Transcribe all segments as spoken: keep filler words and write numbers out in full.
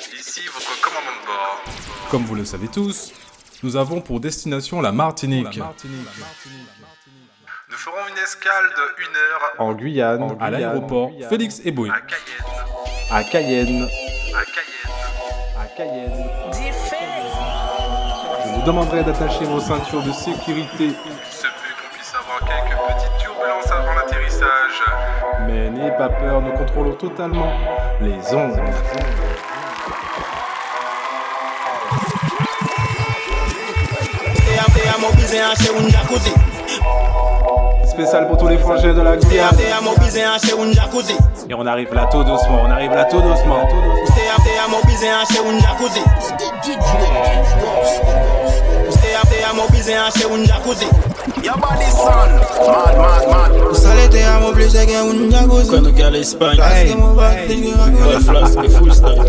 Ici votre commandant de bord. Comme vous le savez tous, nous avons pour destination la Martinique. Nous ferons une escale de une heure En Guyane, En à Guyane, l'aéroport Guyane. Félix Éboué. à Cayenne. À Cayenne. À Cayenne. À Cayenne. Je vous demanderai d'attacher vos ceintures de sécurité. Il se peut qu'on puisse avoir quelques petites turbulences avant l'atterrissage. Mais n'ayez pas peur, nous contrôlons totalement les ondes. Spécial pour tous les frangins de la Guyane. Et on arrive là tout doucement, on arrive là tout doucement, tout doucement. Your body son, mad, mad, mad. Salete a mobilize gen un jacuzzi. Quando que ela é Espanha, Hey, ela flasque é full style.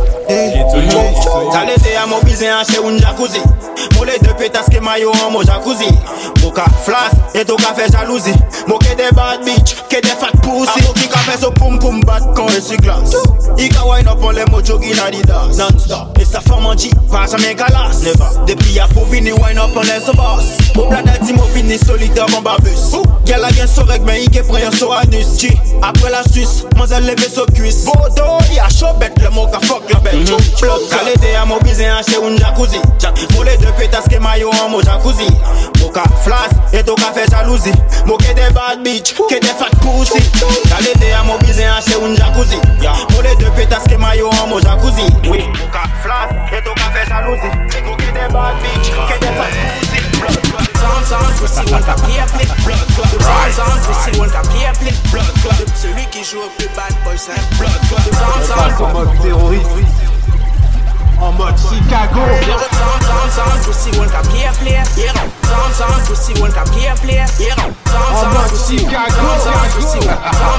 Salete a mobilize ache un jacuzzi. Mole de pétas que mayo en mo jacuzzi. Boka flas et to ka fait jalousie. Moke de bad bitch, que de fat pussy. Amo ki ka fait so pum pum bat quand je suis glace. I ka wine up on les mojo in Adidas. Non-stop, et sa femme en Jeep, pas jamais galas. Never, depuis a pour vini wine up on les so boss. Mon planète il m'a fini solitaire en barbus. Gyal a gen so reg men i ke pren yon so anus. Chi, après la Suisse, mazel leve so cuisse. Bodo, i a chaud bête, le mo ka fuck la bête. Plug, salete a mobilize ache un jacuzzi. Mole de pétas que mayo en mo jacuzzi. Moka flas et to ka fait jalousie. Moke de bad bitch, que de fat pussy. Salete a mobilize ache un jacuzzi. Mole de pétas que mayo en mo jacuzzi. Oui, moka flas et to ka fait jalousie. Moke de bad bitch, que de fat pussy. Sound sound, pussy one ka play play. Sound sound, pussy one ka play play. Celui qui joue au plus bad boy c'est Sound sound, En mode terroriste. En mode Chicago. sound sound, sound, pussy one ka play play. Sound sound, pussy one ka play play. Sound sound, pussy Chicago. Sound pussy one.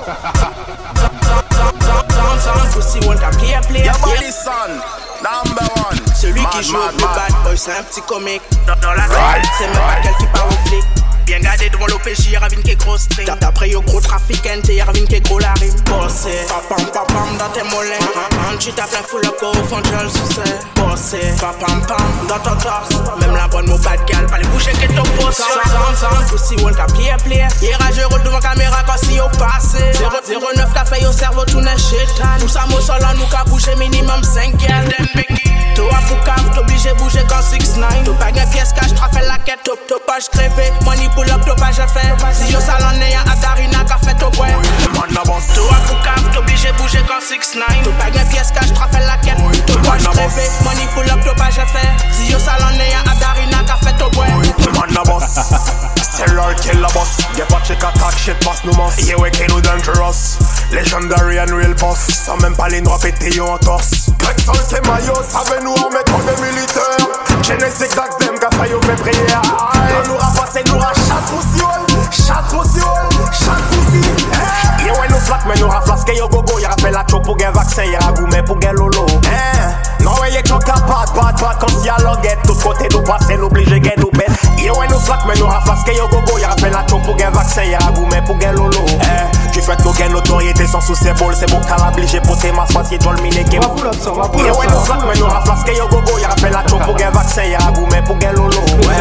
Sound sound, pussy one ka play play. Your body son, number one. Celui Mad, qui joue au mad, plus mad. bad boy c'est un petit comique. Dans, dans la rue, c'est même pas quel qui part au flic. Bien gardé devant l'O P J, Ravine qui est gros string. D'après yo gros trafic, N T, Ravine qui est gros la rime. Bossé, papam papam dans tes mollets. Un tu t'as plein full up au fond de le succès. Bossé, papam pam dans ton torse. Même la bonne mot bad gal, pas les boucher que ton boss. Sound sound, pussy one ka play play. Hier je roule devant caméra quand si yo passé. zéro neuf ka fait yo cerveau tout n'est chétan. Tout ça mot sol en nous ka bouger minimum cinq gal. Toi pour cave, t'obligé bouger quand six nine. T'as pas gain pièce cash, t'as fait la quête, top top page crépé. Money pull up, t'as pas j'ai fait. Si yo salon n'est à Darina, qu'a fait au bois. Toi pour cave, t'obligé bouger quand six nine. T'as pas gain pièce cash, t'as fait la quête, top page crépé. Money pull up, t'as pas j'ai fait. Si yo salon n'est à Darina, qu'a fait au bois. Man na boss, c'est l'heure kill la boss. Get pas check attack, shit pass nous mos. Yeah we can do dangerous, legendary and real boss. Sans même pas les noirs péter yo en torse. Greg Sol c'est maillot, savez nous en mettre des militaires. Genesis Dax dem qu'a failli au fait prière. Dans nous rapasser nous à chaque poussiole, chaque poussiole, chaque poussi. Yeah ouais nous flat mais nous raflasque yo gogo. Y'a rappel la choc pour gen vaccin, y'a goumé pour gen lolo. Non ouais y'a choc à pat, pat, pat. Comme si y'a languette, tout côté nous passer, l'obligé gen nous bête. Yeah ouais nous flat mais nous raflasque yo gogo. Y'a rappel la choc pour gen vaccin, y'a goumé pour gen lolo. Tu fais nous gen notoriété sans sous ses bols. C'est bon qu'à l'obligé pour tes masses, parce qu'il doit le miner qui est bon. Yeah ouais nous flat mais nous raflasque yo gogo. Y'a rappel la choc pour gen vaccin, y'a goumé pour gen lolo.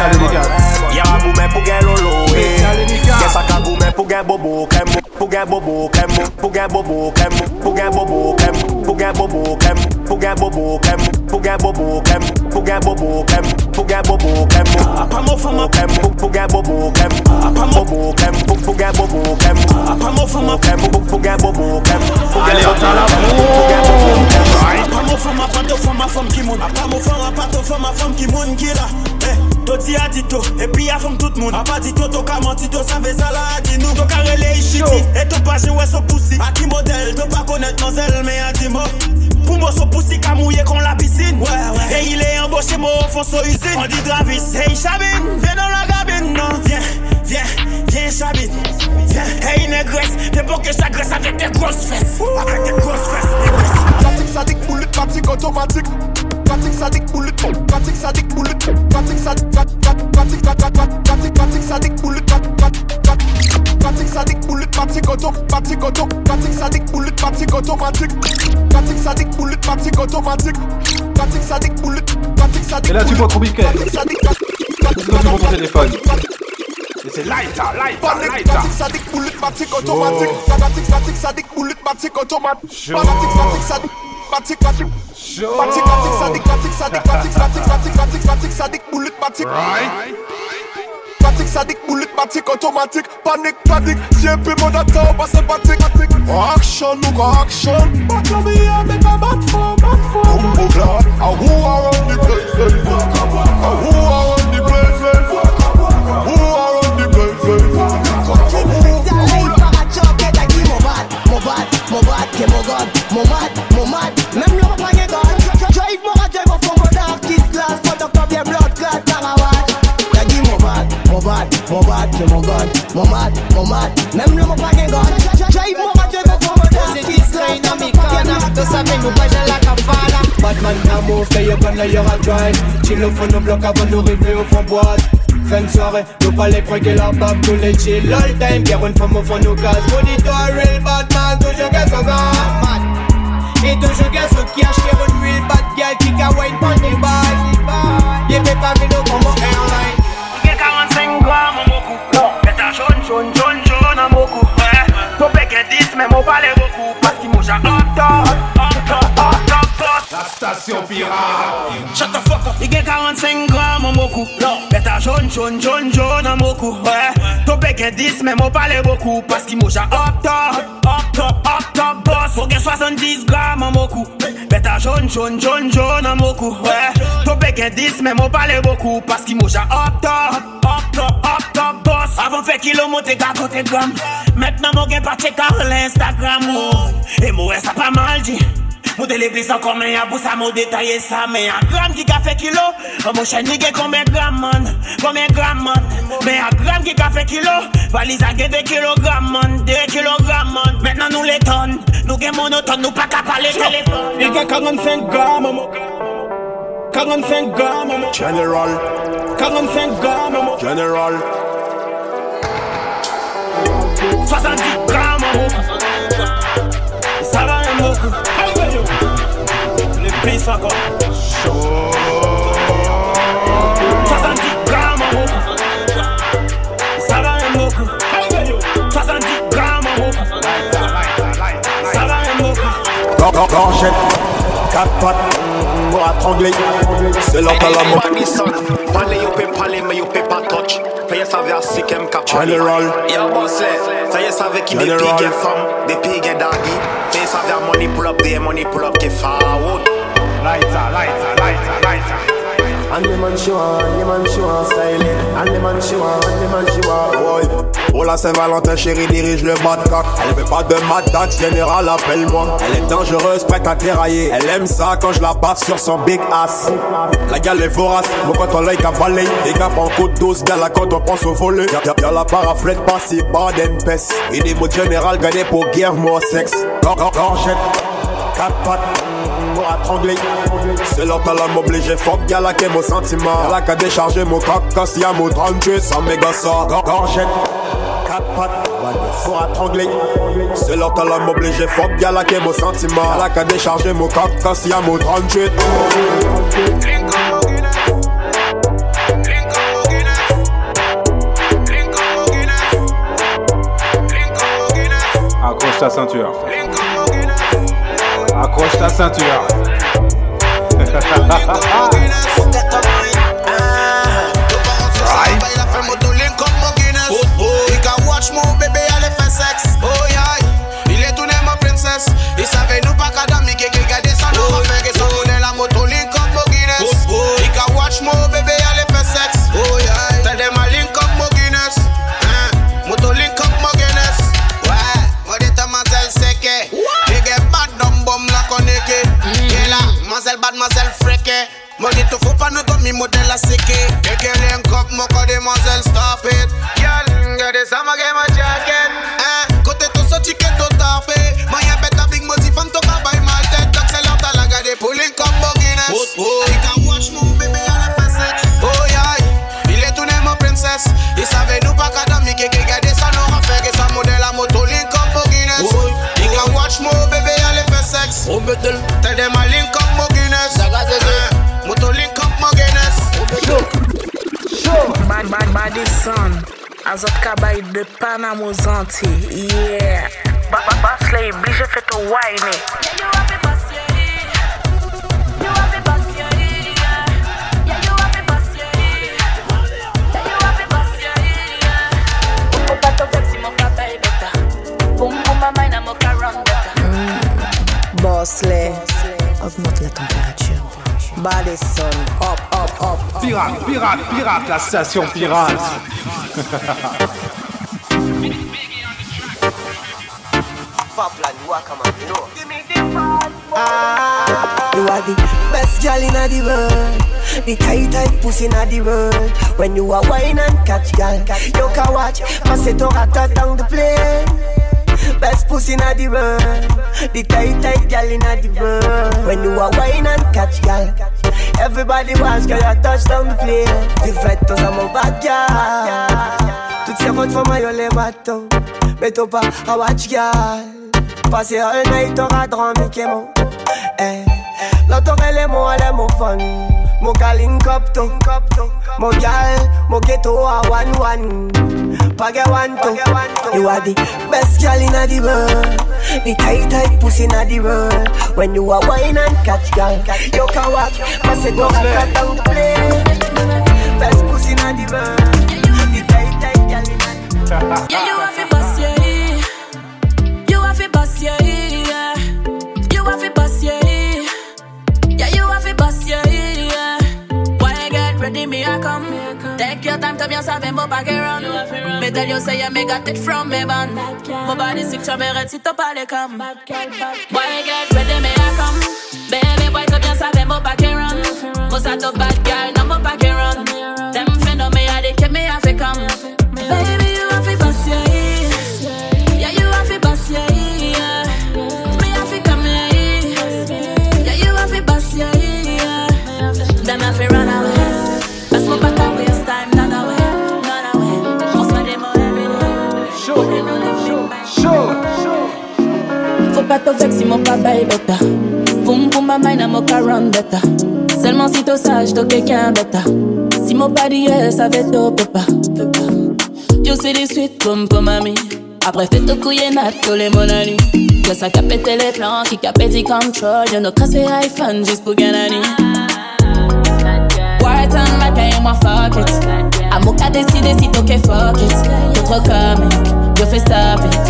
Y'a goumé pour gen lolo. Qu'est-ce qu'a goumé pour gen bobo, crème, pour gen bobo, crème, pour gen bobo, crème, pour gen bobo, crème, pour gen bobo, crème, pour gen bobo, crème, pour gen bobo, crème, pour gen bobo, crème, pour gen bobo, crème, Pas mon femme, crème, pour gen bobo, crème, bobo, crème, pour gen bobo, crème, pas mon femme, crème, pour gen bobo, crème, Allez, on t'a la pour gen bobo, crème. Pas mon femme, pas ton femme, ma femme qui monte. Pas mon femme, pas ton femme, ma femme qui monte qui là. Eh, toi ti a dit tout, et puis a femme tout le monde. A pas dit tout, toi ka menti, toi savais ça là, dis nous. Toi ka relais chiti, et toi pas jouer son poussi. A qui modèle, toi pas connaître mademoiselle, mais a dit moi. Pour moi, son poussi ka mouillé comme la piscine. Ouais, ouais. Et il est embauché, moi, au fond, son usine. On dit Travis, hey Chabine, viens dans la cabine, non, viens, viens, viens Chabine. Viens, hey négresse, t'es pour que j'agresse avec tes grosses fesses. Avec tes grosses fesses, négresse. Pratique sadique, boulette, pratique automatique. Pratique sadique, boulette, pratique sadique, boulette. Pratique sadique, pratique, pratique, pratique, pratique, pratique sadique, boulette, pratique. Pratique sadique, boulette, pratique auto, pratique auto, pratique sadique, boulette, pratique automatique. Pratique sadique, boulette, pratique automatique. Pratique sadique, boulette, pratique sadique. Et là, tu vois trop biquet. Pratique sadique, pratique Quand tu montes ton téléphone. Et c'est light, light, light. pratique sadique, boulette, pratique automatique. Pratique, pratique sadique, boulette, pratique automatique. Pratique, pratique sadique. Pratique, pratique, pratique, pratique, sadique, pratique, sadique, pratique, pratique, pratique, pratique, pratique, sadique, boulette, pratique. Pratique, sadique, boulette, pratique, automatique. Panique, panique, si un peu mon data, on passe pratique. Action, nous go action. But you me a make a bad for, bad for. Bumbo glad, a who are on the places? A who are on the places? Who are on the places? Mon bad, mon bad, que mon god, mon mad, mon mad, même le repas est god. Drive mon radio, mon fond, mon artiste class, mon docteur bien blood clot, tarawat. T'as dit mon bad, mon bad, mon bad, que mon god, mon mad, mon mad, même le repas est god. Drive mon radio, mon fond, mon artiste class, mon docteur bien blood clot, tarawat. Batman d'amour, fait y'a gun, là y'aura drive. Chill au fond, nos blocs avant de rêver au fond boîte. Fin de soirée, nous pas les craquer la babe, tous les chill all time. Bien une femme au fond, nous casse. Bonito, real Batman, toujours qu'elle s'en mad. Et toujours qu'elle s'en qui achète une real bad girl qui ka wine pon the bike. Y'a pas vu nous comme un airline. Y'a quarante-cinq grammes en beaucoup. Y'a ta jaune, jaune, jaune, jaune en beaucoup. Ton bec est dix, mais mon palais beaucoup. Parce qu'il mouche à hot top, hot top, hot top, boss. La station pirate. Shut the fuck up. Y'a quarante-cinq grammes en beaucoup. Y'a ta jaune, jaune, jaune, jaune en beaucoup. Ouais. Ton bec est dix, mais mon palais beaucoup. Parce qu'il mouche à hot top, hot top, hot top, boss. Faut qu'il soixante-dix grammes en beaucoup. Y'a ta jaune, jaune, jaune, jaune en beaucoup. Ouais. Ton bec est dix, mais mon palais beaucoup. Parce qu'il mouche à hot top, hot top, hot top, boss. Avant fait kilo monter qu'à côté gramme. Maintenant mon gain pas checker l'Instagram. Et moi ça pas mal dit. Mon télévis encore mais y'a pour ça mon détailler ça. Mais un gramme qui a fait kilo. Mon chien n'y combien de grammes man. Combien de grammes man. Mais un gramme qui a fait kilo. Valise à deux kilogrammes man. deux kilogrammes man. Maintenant nous les tonnes. Nous gain monotone. Nous pas qu'à parler téléphone. Il y a quarante-cinq grammes. quarante-cinq grammes. General. quarante-cinq grammes. General. soixante-dix grammes ça va un beaucoup. Le pisse encore. soixante-dix grammes ça va un beaucoup. soixante-dix grammes ça va un beaucoup. Gorgette, quatre pattes, bras tremblés. C'est l'heure de la mort. Parler, you peut parler, mais you peut pas touch. Fais ça vers si qu'aime qu'à parler. General. Yo, boss, ça y est, ça veut qu'il des pigs et femmes, des pigs et doggy. Fais ça vers money pull up, des money pull up qui forward. Lighter, lighter, lighter, lighter. And the man she want, the man she want styling. And the man she want, the man she want. Boy, oh la Saint-Valentin chérie dirige le bas de coq. Elle veut pas de madame, général appelle-moi. Elle est dangereuse, prête à dérailler. Elle aime ça quand je la baffe sur son big ass. La gale est vorace, mon quand on l'œil cavalé. Les gars en côte douce, gars là quand on pense au volet. Y'a la paraflette pas si bas d'N-P-S. Et des mots général gagnés pour guerre, moi sexe. Gorgette, quatre pattes. À trembler, c'est l'heure de la m'obliger. Fuck gala qui est mon sentiment. Y'a la qu'à décharger mon coq. Quand s'il y a mon trente-huit sans méga sort. Gorgette, quatre pattes. Pour à trembler, c'est l'heure de la m'obliger. Fuck gala qui est mon sentiment. Y'a la qu'à décharger mon coq. Quand s'il y a mon trente-huit. Accroche ta ceinture. Accroche ta ceinture. Il est tourné ma princesse. Il savait nous pas qu'à dame qui regardait ça. Nous on fait que ça roule la moto link comme Guinness. Il can watch mon bébé à l'effet sexe. Tell them a link comme Guinness. Moto link comme Guinness. Ouais, moi dit ta mazel seke. Il get bad dumb bomb la connecté. Et là, mazel bad mazel freke. Moi dit tout faut pas nous donner modèle à séquer. Et qu'elle est un cop, moi quand des mazel stop it. Y'all, regardez ça ma game a jacket. Côté tout ça ticket tout tapé. Moi y'a bête avec moi si fan to ka by mal tête. Donc c'est l'autre à la garder pulling comme Guinness. Il can watch mon bébé à la facette. Oh yeah, il est tourné ma princesse. Il savait nous pas qu'à dame qui regardait ça nous on fait que Azot kabay de Panama aux Antilles, yeah. Bass lay obligé fait au wine. Bosley, augmente la température. Body sun, up, up, up. Pirate, pirate, pirate, la station pirate. You are the best girl in the world, the tight tight pussy in the world. When you are wine and catch girl, you can watch pass it over down the plane. Best pussy in the world, the tight tight girl in the world. When you are wine and catch girl, everybody wants girl you touch down the plane. Tu fais tout ça mon bad girl. Toutes ces routes font maillot les bateaux, mais t'as pas à watch girl. Passer all night t'auras drame qui est mon. Eh, là t'aurais les mots, les mots fun. Mon calling up to, mon gal, mon ghetto a one one. Page one two. You are the best girl in the world, the tight tight pussy in the world. When you are wine and catch girl, you can walk, pass it over down the plane. Best pussy in the world, the tight tight girl in the world. Yeah, you have a boss, yeah. You have a boss, yeah. You have a boss, yeah. Yeah, you have a boss, yeah. Why get ready, me I come. Take your time to bien savoir mon paquet run. Me tell you say yeah, me got it from me band. My body sick, tu me rete si t'as pas les cam. Why get ready, me I come. Baby boy, tu bien savoir mon paquet run. Mo sa to bad girl, no mon paquet run. Them fin no me a de que me a fait come. Baby, you have a boss, yeah. Yeah, you have a boss, yeah. Me a fi come, yeah. Yeah, you have a boss, yeah. Them a fi run away. Pass my back and waste time, none away, none away. Most of them all every day. Show, show, show. Faut pas te vexer, mon papa est bêta. Boum boum ma mind, mon car run bêta. Seulement si t'es sage, t'es quelqu'un bêta. Si mon body est, ça va être papa. You see this sweet comme pour mamie. Après fait tout couiller nat, tous les mon ami. Y'a ça qui a pété les plans, qui a pété control. Y'en a cassé iPhone juste pour gagner. White and black, I am a fuck it. I'm okay, décider si t'es fuck it. T'es trop comique, you fais stop it.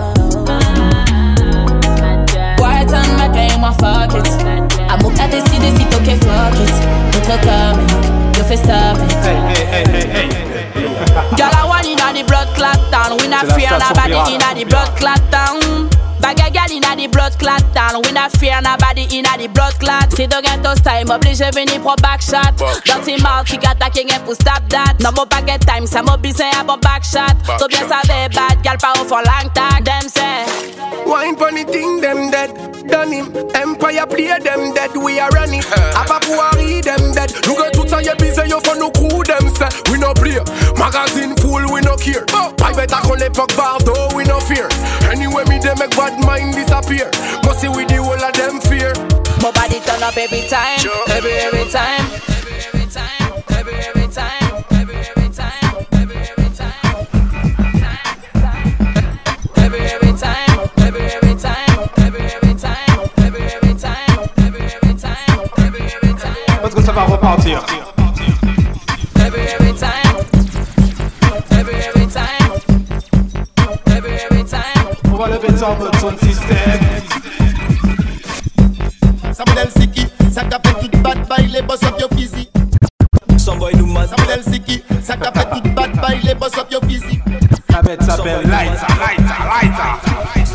White and black, I am a fuck it. I'm okay, décider si t'es fuck it. T'es trop comique, you fais stop it. Hey, hey, hey, hey, hey. Girl, I want inna the blood clot town. We not fear nobody inna the blood clot town. Bag a girl inna the blood clot town. We not fear nobody inna the blood clot. Si tu get those time, obligé venir pro back shot. Dirty mouth qui attaque again pour stop that. No more back time, ça mo busy a bon back shot. So bien savez bad girl pas au fond long tag. Them say wine funny thing them dead. Done him. Empire play them dead. We are running. Apapouari them dead. Look at tout ça y'a busy yo for no crew them say. We no play. Magazine full we no care. I better call l'époque Bardo we no fear. Anyway me they make bad mind disappear. Must see with the whole of them fear. my body turn up every time, every every time, every every time, every every time, every every time, every every time, every every time, every every time, every every time, every every time, every every time, every every time. Parce que ça va repartir. Every every time, every every time, every every time. On va lever ça en mode son système. Ça modèle Siki, ça qu'a fait toute bad by les boss up your physique. Some boy do mad. Ça modèle Siki, ça qu'a fait toute bad by les boss up your physique. La bête s'appelle Lighter, Lighter, Lighter.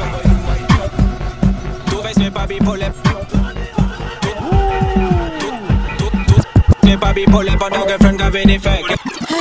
Tout reste mais pas bipolaire. Mais pas bipolaire pendant que friend avait des fakes.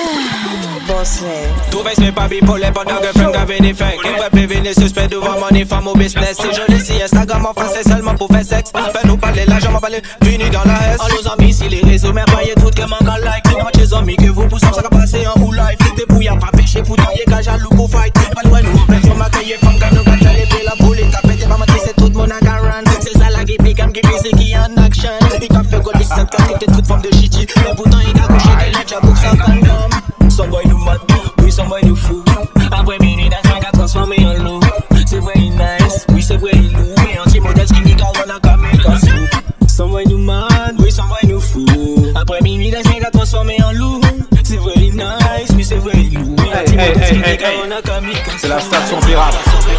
Tout reste mais pas bipolaire pendant que friend avait des fakes. Et vrai prévenir suspect devant money femme au business. Si je le dis Instagram en face c'est seulement pour faire sexe. Fais nous parler l'argent m'en parler venu dans la S. En nos amis si les réseaux merveilleux tout que manque en like. C'est notre chez amis que vous poussez ça va passer en ou live. T'es bouillant pas péché pour tailler qu'à jaloux pour fight. Pas loin nous en plein sur ma cahier femme quand nous gâte les la boule. T'as pété pas matrice c'est tout mon agaran. C'est ça la guide comme qui c'est qui en action. Il a fait gold dix-sept quand t'es toute forme de shitty. Mais pourtant il a couché des lettres pour ça condom. Some boy do mad, we son boy de fou. Après minuit, dans un gars transformé en loup. C'est vrai, il nice, oui, c'est vrai, il loue. Et anti-modèle, skinny, car on a comme un cassou. Son boy nous mad, oui, son boy nous fou. Après minuit, dans un gars transformé en loup. C'est vrai, il nice, oui, c'est vrai, il loue. Et anti-modèle, skinny, car on a comme un cassou. C'est la station pirate.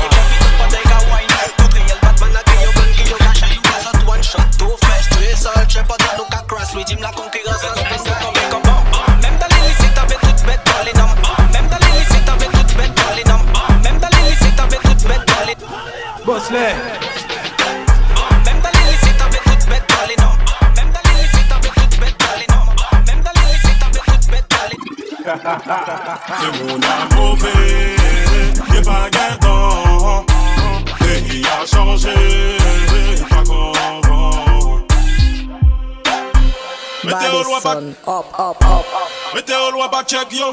Bosley. Même dans les lycées t'avais toutes bêtes dans les noms. Même dans les lycées t'avais toutes bêtes dans les noms. Même dans les lycées t'avais toutes bêtes dans les. C'est mon âme mauvais, y'a pas gardant. Pays a changé, pas qu'avant. Mettez au loin pas. Hop, hop, hop. Mettez au loin pas check yo.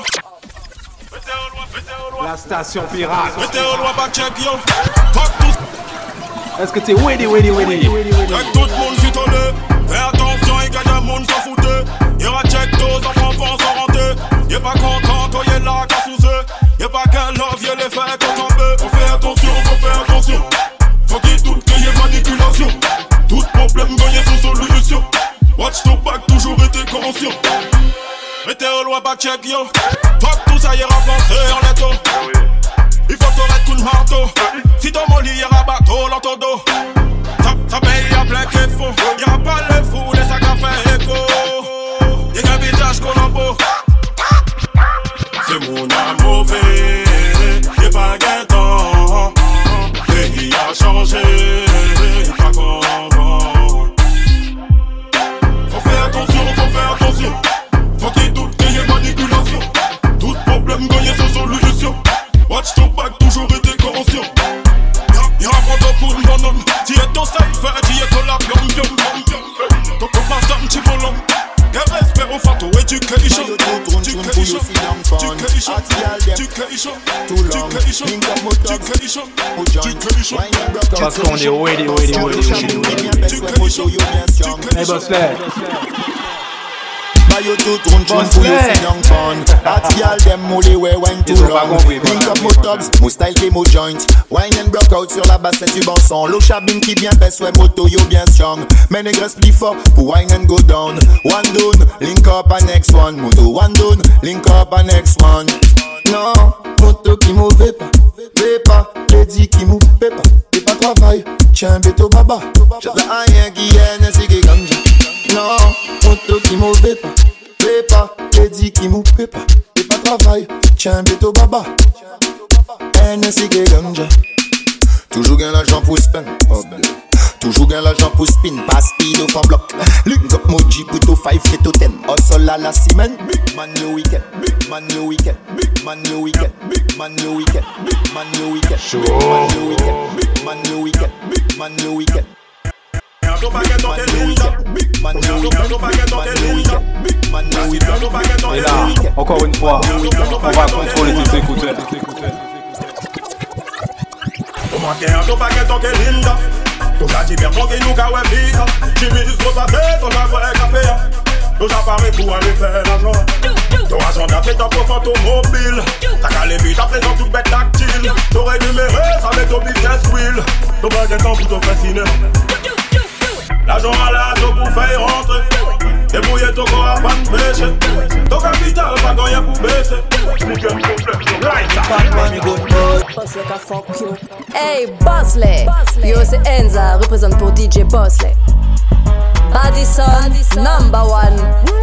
La station pirate. Mettez au loin pas check yo. Est-ce que t'es ready, ready, ready? Y'a tout le monde fitolé. Fais attention, y'a qu'à des monde s'en foutait. Y'aura check dose, en enfant sans renter. Y'a pas content, toi y'a là qu'à sous eux. Y'a pas qu'un love, y'a les faits qu'on tombe. On fait attention, faut faire attention. Faut qu'il doute qu'il y ait manipulation. Tout problème gagné sans solution. Watch ton back, toujours été conscient. Mettez au loin pas check yo. Toi tout ça ira penser en letto. Il faut t'arrêter coup de marteau. Si ton molly ira bateau dans ton dos. Ça, ça paye à plein qu'il faut. Y'aura pas les fous, les sacs à faire écho. Y'a un visage qu'on a beau. C'est mon âme mauvais. Y'a pas gain temps. Pays a changé. Pas qu'avant. Faut faire attention, faut faire attention. Faut qu'il doute qu'il y ait manipulation. Tout problème gagné sans solution. Watch ton back, toujours été conscient. Y'a un prendre pour une bonhomme. Si y'a ton side fait, j'y ai ton la pion, pion, pion. Ton copain c'est un petit volant. Y'a respect au photo, education. Education, education, education, education, education. Parce qu'on est ready, ready, ready, ready. Hey Bosley. You two tune tune for you see young fun. At y'all them molly way wine too long. Link up mo tubs, mo style qui mo joint. Wine and block out sur la basse du bon son. L'eau chabine qui bien pèse, ouais moto yo bien strong. Mais négresse plus fort pour wine and go down. One down, link up a next one. Moto one down, link up a next one. Non, moto qui mauvais pas, fais pas, lady qui mou fais pas. Fais pas travail, tiens béto baba. J'ai la rien qui est ainsi que comme non, moto qui mauvais pas, fais pas, lady qui mou fais pas. Fais pas travail, tiens béto baba. N S I G ganja. Toujours gain l'argent pour spin, oh ben. Toujours gain l'argent pour spin, pas speed au fan bloc. Link up moji puto five keto ten. Hustle à la semaine, big man le weekend, big man le weekend, big man le weekend, big man le weekend, big man le weekend, big man le weekend, big man le weekend, big man le weekend. Et là, encore une fois, on va contrôler tes écouteurs. Comment t'es un peu paquet tant qu'elle linda. Tout ça t'y bien tranquille nous qu'à ouais vita. J'ai mis juste pour passer ton avoué café. Nous j'apparais pour aller faire l'argent. Ton argent n'a fait ta pauvre automobile. T'as qu'à les vite après dans toute bête tactile. T'aurais numéré ça met ton business wheel. Ton baguette en bout ton fasciné. L'argent à la dos pour faire rentrer. Débrouiller ton corps à pas de péché. Ton capital pas gagner pour baisser. Nickel complet. Hey Bosley, yo c'est Enza, représente pour D J Bosley. Addison, number one.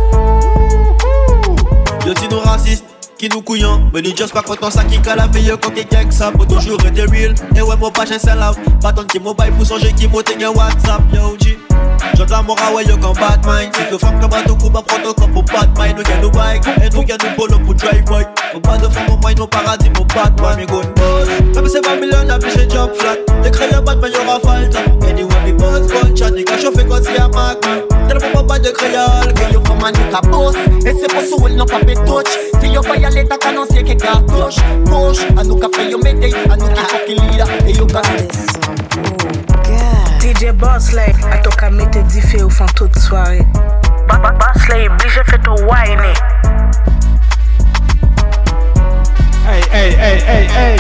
Yo si nous racistes, qui nous couillons, mais nous just pas content ça qui cala fait yo quand quelqu'un que ça pour toujours être real. Et ouais mon page c'est là, pas tant que mobile pour songer qui monte un WhatsApp, yo G. J'en la mora ouais yo comme Batman. C'est que femme comme bateau coup ma protocole pour Batman. Nous gagne nos bike, et nous gagne nos polo pour drive boy. Nous pas de femme au moins nos paradis pour Batman. Me go boss, même c'est Babylon a biché job flat. Décrit un Batman y'aura falta. Anyway me boss gold chat, des gars chauffés comme si à Macman. Tellement pas de créole que yo comme un nous boss. Et c'est pour ça où ils n'ont pas fait touch. Si yo pas y aller t'as annoncé que cartouche. Gauche, à nous café yo mété, à nous qui faut qu'il lira. Et yo pas D J Bosley, a toka mette diffé au fond toute soirée. Bosley, obligé fait au wine. Hey, hey, hey, hey, hey.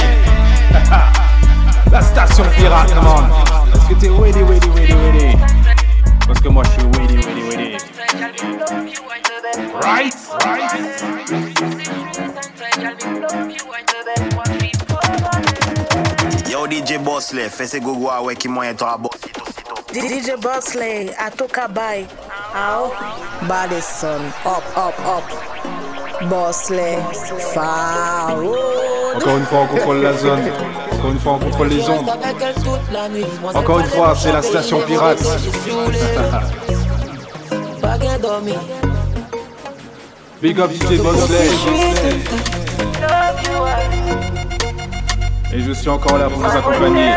La station pirate, man. Est-ce que t'es ready, ready, ready, ready? Parce que moi je suis ready, ready, ready. Right, right. Yo D J Bosley, fais ces gogo avec qui moyen toi bon. D J Bosley, à Tokabai. Ao, Badison, up, up, up. Bosley, Fao. Encore une fois, on contrôle la zone. Encore une fois, on contrôle les ondes. Encore une fois, c'est la station pirate. Big up D J Bosley. Et je suis encore là pour vous accompagner.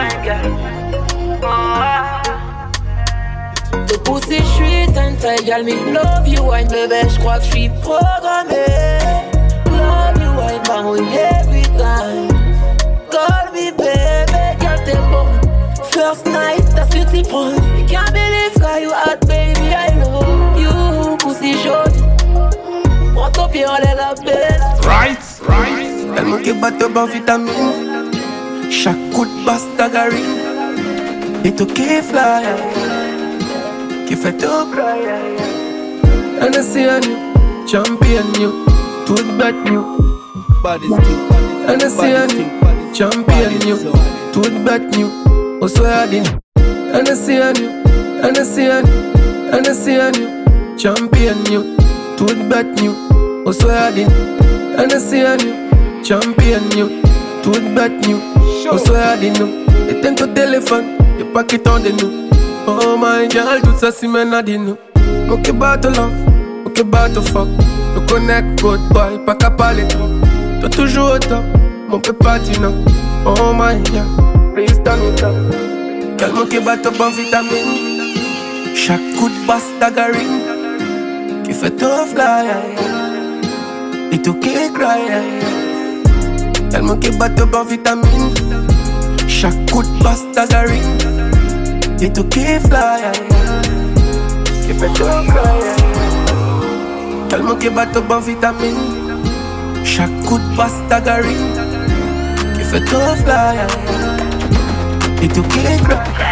Te pousser, je suis teinte, gal, me love you, wine, bébé, je crois que je suis programmé. Love you, wine, bang, oui, every time. Call me, baby, gal, t'es bonne. First night, t'as su t'y prendre. I can't believe how you hot, baby, I love you. Pussy jaune, prends ton pied, on est la belle. Right, right. Elle manque batte en vitamine. Chaque coup de basse d'agarine. Et toi qui fly, qui fait tout cry. And I see a new champion new, tout bad new. And I see a new champion new, tout bad new. Also I didn't. And I see a new, and I see a new, and I see a new champion new, tout bad new. Also I didn't. And I see a new champion new, tout bad new. Also I didn't. Et t'es ton téléphone. Y'a pas qui t'en de nous. Oh my girl, tout ça si maintenant dis nous. Ok battle love, ok battle fuck. Me connect good boy, pas qu'à parler trop. Toi toujours au top, mon peu patinant. Oh my girl, please stand it up. Girl, mon qui battle bon vitamine. Chaque coup de basse d'agarine qui fait tout fly. Et tout qui cry. Girl, mon qui battle bon vitamine. Chaque coup de basse d'agarine. Et tout qui fly, qui fait tout cry. Tellement qui bat au bon vitamine. Chaque coup de basse d'agarine. Qui fait tout fly. Et tout qui cry.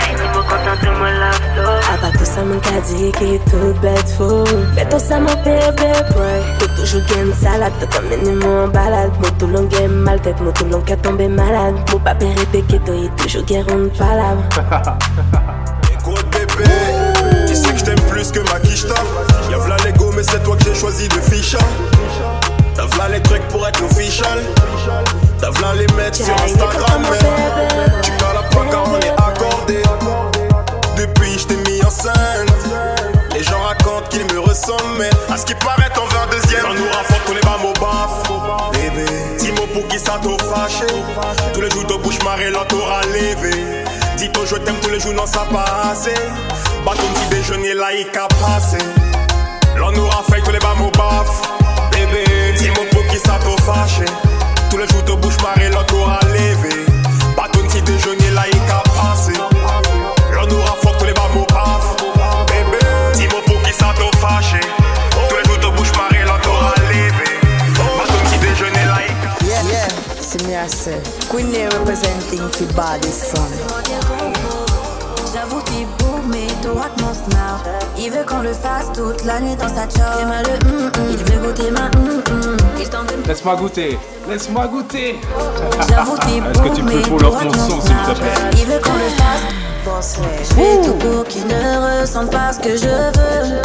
Apa tout ça mon qu'a dit qui est tout bête fou. Mais tout ça mon bébé boy. Tout toujours gagne salade, tout t'emmène mon balade. Mon tout long gagne mal tête, mon tout long qu'a tombé malade. Mon papa répété qu'il est toujours gagne une palabre. Écoute bébé, tu sais que je t'aime plus que ma quicheta. Y'a v'là les go mais c'est toi que j'ai choisi de ficha. T'as v'là les trucs pour être official. T'as v'là les mettre sur Instagram mais tu parles pas car on est accordé. Depuis je t'ai mis en scène. Les gens racontent qu'ils me ressemblent mais à ce qui paraît t'en veux un deuxième. On nous raffonde tous les bas mots baf. Bébé, Timo pour qui ça t'a fâché. Tous les jours de bouche marée là t'auras levé. Dis-toi je t'aime tous les jours non ça passe. Bâton petit déjeuner là il qu'a passé. L'on nous raffaille tous les bas mots baf. Bébé, Timo pour qui ça t'a fâché. Tous les jours de bouche marée là t'auras levé. Bâton petit déjeuner là il qu'a passé. L'on nous raffaille tous les bas mots baf. Bébé, Timo pour qui ça t'a fâché. Tous les jours de bouche marée là t'auras levé. Bâton petit déjeuner là il qu'a passé. Yeah, yeah, c'est mieux assez. Queen est representing for body son. J'avoue t'es beau mais toi mon snap. Il veut qu'on le fasse toute la nuit dans sa chambre. Il le mm mm, il veut goûter ma mm mm. Il tente de Laisse-moi goûter, laisse-moi goûter. J'avoue t'es beau Est-ce que tu peux pull off mon son s'il te plaît? Il veut qu'on le fasse. Bosley, je fais tout pour qu'il ne ressente pas ce que je veux.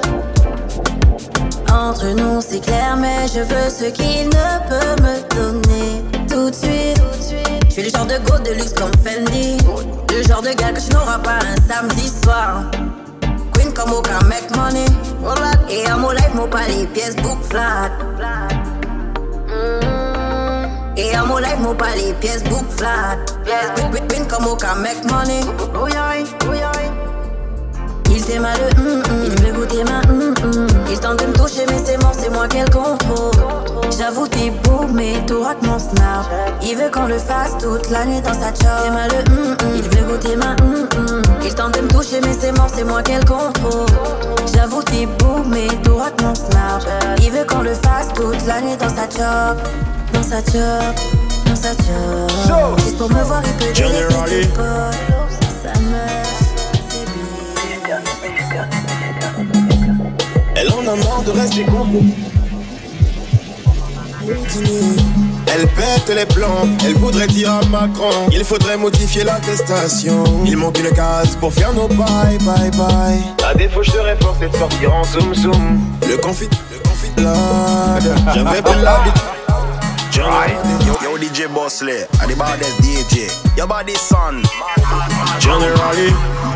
Entre nous c'est clair mais je veux ce qu'il ne peut me donner tout de suite. Je suis le genre de go de luxe comme Fendi. Le genre de gars que tu n'auras pas un samedi soir. Queen comme aucun make money. Et à mon life, mon pas les pièces book flat. Et à mon life, mon pas les pièces book flat. Queen comme aucun make money. Il s'est mal de mm mm, il veut goûter ma mm mm. Il tente de me toucher mais c'est mort, c'est moi qu'elle contrôle. J'avoue t'es beau mais tout rate mon snap. Il veut qu'on le fasse toute la nuit dans sa chambre. C'est mal de mm mm, il veut goûter ma mm mm. Il tente de me toucher mais c'est mort, c'est moi qu'elle contrôle. J'avoue t'es beau mais tout rate mon snap. Il veut veut qu'on le fasse toute la nuit dans sa job, dans sa job, dans sa job. Juste pour me voir, il peut délaisser ses potes. Sa meuf, c'est bien. Elle en a marre de rester compris. Elle pète les plans, elle voudrait dire à Macron il faudrait modifier l'attestation. Il manque une case pour faire nos bye bye bye. À défaut je serais forcé de sortir en zoom zoom. Le confit, le confit là. J'avais pas l'habitude. Yo, yo D J Bosley, I the baddest D J. Your body son. Generally.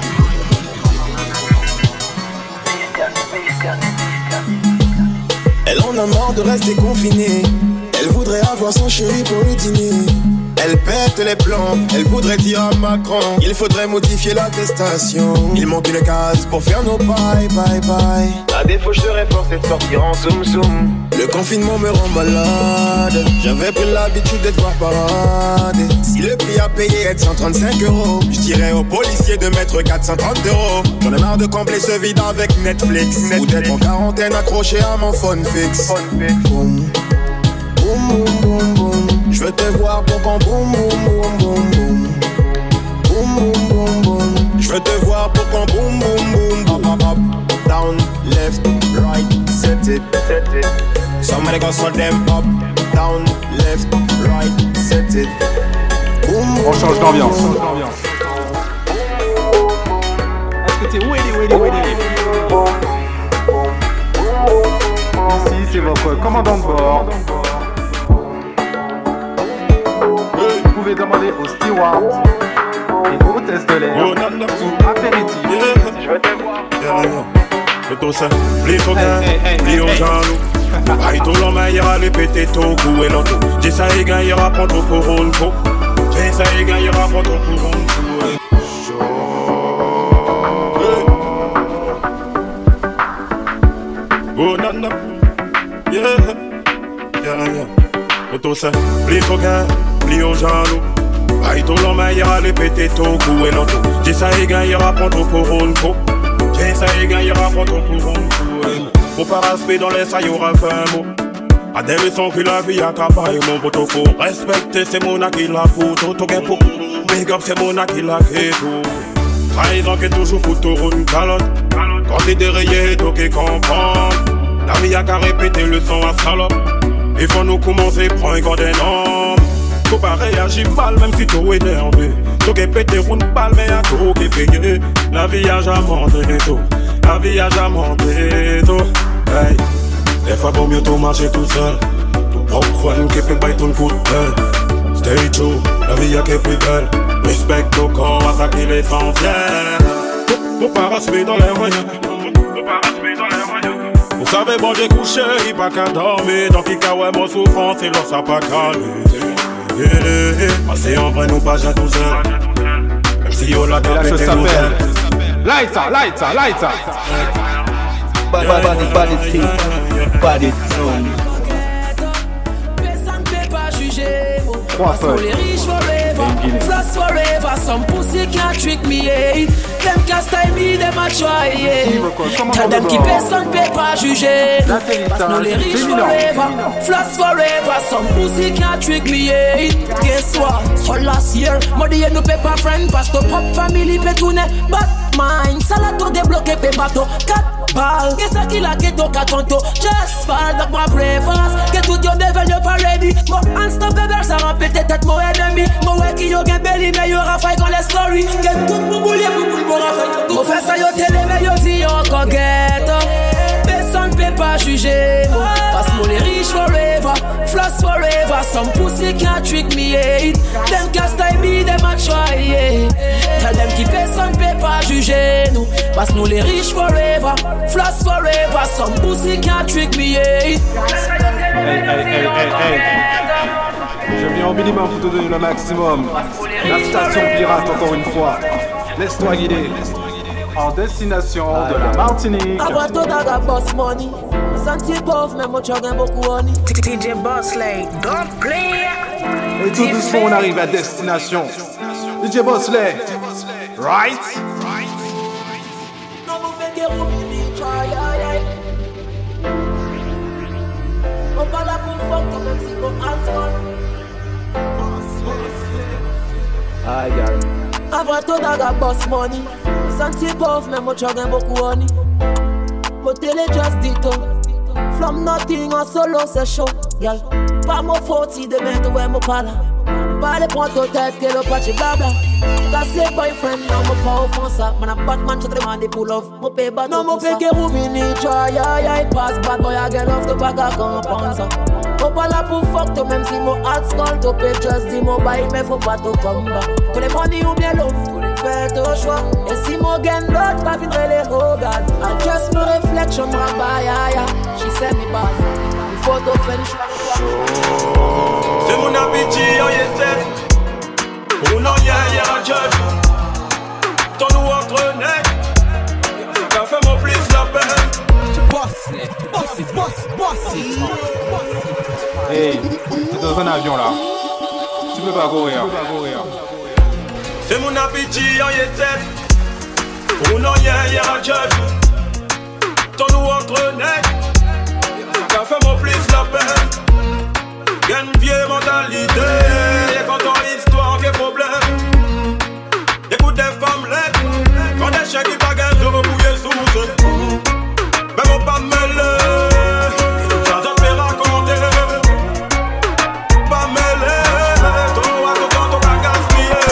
Elle en a marre de rester confinée. Elle voudrait avoir son chéri pour le dîner. Elle pète les plans, elle voudrait dire à Macron il faudrait modifier l'attestation. Il manque une case pour faire nos bye bye bye. À défaut je serais forcé de sortir en zoom zoom. Le confinement me rend malade. J'avais pris l'habitude d'être voir parader. Si le prix à payer est de cent trente-cinq euros, je dirais aux policiers de mettre quatre cent trente euros. J'en ai marre de combler ce vide avec Netflix, Netflix. Ou d'être en quarantaine accroché à mon phone fixe. Boum, boum, boum, boum, boum. Je veux te voir pour qu'on boum, boum, boum, boum, boum. Boum, boum, boum, boum. Je veux te voir pour qu'on boum, boum, boum, boum. Up, up, up, down, left, right, set it, set it. Somebody go so them up, down, left, right, set it. Boom, on change d'ambiance. Est-ce que t'es ready, ready, ready? Ici, c'est votre commandant de bord. Vous pouvez demander au steward et au hôtesse de l'air ou apéritif. Je vais te voir. Je te sais, les coquins, les aux jaloux. Aïe, tout l'homme, il y aura les pétés, tout, coup et l'auto. J'ai ça, il gagne, il y aura pas trop pour un coup. J'ai ça, il gagne, il y aura pas trop pour un coup. Oh, non, non. Yeah, yeah, yeah. Je te sais, les coquins, les aux jaloux. Aïe, tout l'homme, il y aura les pétés, tout, coup et l'auto. J'ai ça, il gagne, il y aura pas trop pour un coup. J'ai ça, il gagne, il y aura pas trop pour un coup. Faut pas respect dans les sailles, y'aura fait un mot. A des leçons que la vie a capable, mon poteau faut respecter, c'est mon acquis la photo, tout gain pour. Big up, c'est mon acquis la keto. Trahison qui est toujours foutu une calotte. Quand t'es dérayé, tout qui comprend. La vie a qu'à répéter le son à salope. Il faut nous commencer, prendre un grand énorme. Faut pas réagir mal, même si tout énervé. Tout qui pété une balle, mais à tout qui payé. La vie a jamais monté tout. La vie a jamais monté tout. Hey, des fois vaut mieux tout marcher tout seul. Tout propre, une qui peut bailler ton coup de gueule. Stay true, la vie a qui plus belle. Respect ton corps, à ça qui est l'essentiel. Faut pas respect dans les moyens. Faut pas respect dans les moyens. Vous savez, bon, j'ai couché, il pas qu'à dormir. Donc, il y a ouais, mon souffrance, et l'on ça pas calé. Passer en vrai, nous pas j'ai tout seul. Même si on l'a qu'à péter nous seul. Lighter, lighter, lighter. Bad, bad, bad, bad, bad, bad, Personne ne peut pas juger. Trois feuilles. Les riches forever, floss forever. Some pussy can't trick me, yeah. Them can't style me, them a try, yeah. Tell them qui personne ne peut pas juger. Parce que les riches forever, floss forever. Some pussy can't trick me, yeah. Guess what? So last year, money nous peut pas friend. Parce que propre famille peut tourner. But mine, ça la tour débloqué, peut bateau. Ball, qu'est-ce qu'il a qui toque à tonto? Just fall, donc ma préface. Que tout yon devil, yon pas ready. Mon unstoppable, ça rend peut-être être mon ennemi. Mon ouais qui yon gen belly, mais yon raffaille quand les stories. Get tout mon boulier, mon boule, mon raffaille. Mon fait ça yon télé, mais yon dit yon coquette. Personne ne peut pas juger. Parce que les riches forever, floss forever. Some pussy can't trick me, yeah. Them can't style me, them a try, yeah. Tell them qui personne ne peut pas juger nous. Parce que nous les riches forever, floss forever. Some pussy can't trick me, yeah. Hey, hey, hey, hey, hey. Je viens au minimum pour te donner le maximum. La station pirate encore une fois. Laisse-toi guider. En destination de la Martinique. Avant tout daga boss money. Senti pauvre mais moi j'en gagne beaucoup honey. D J Bosley, don't play. Et tout doucement on arrive à destination. D J Bosley, right? Aye, girl. Après tout, I got boss money. Senti pauvre, mais moi, j'en gagne beaucoup honey. Mon télé just dit tout. From nothing en solo, c'est chaud, girl. Pas mon faute si demain, tu vois, mon pas là. Pas les points de tête, que le patch blabla. Cassé boyfriend, non, mon pas offensa. Man, a Batman, je te demande pour love. Mon pay bad, non, mon pay que rouvini, try, aïe, aïe, passe, bad boy, I get love, tu pas qu'à comprendre. Faut pas là pour fuck, toi, même si mon heart skull, tu peux just dire mon bail, mais faut pas tout combat. Tous les money ou bien love, tous les faire ton choix. Et si mon gain l'autre, pas viendrait les regards. I just me reflection, my bye, aïe, aïe. She said me bad. Il faut te faire une choix. C'est mon appétit, on y était. On en y a, y a un judge. Ton nous entre net. Ça fait mon plus la peine. Boss, boss, boss, boss. Hey, t'es dans un avion là. Tu peux pas courir. C'est mon appétit, on y était. On en y a, y a un judge. Ton nous entre net. Ça fait mon plus la peine. Y'a une vieille mentalité. Et quand on l'histoire, qu'est problème. Écoute des femmes laides. Quand des chiens qui baguettent, je rebouillais sous eux. Mais faut pas me mêler. Ça te fait raconter. Pas mêler. Ton ou à ton temps, ton cas gaspillé.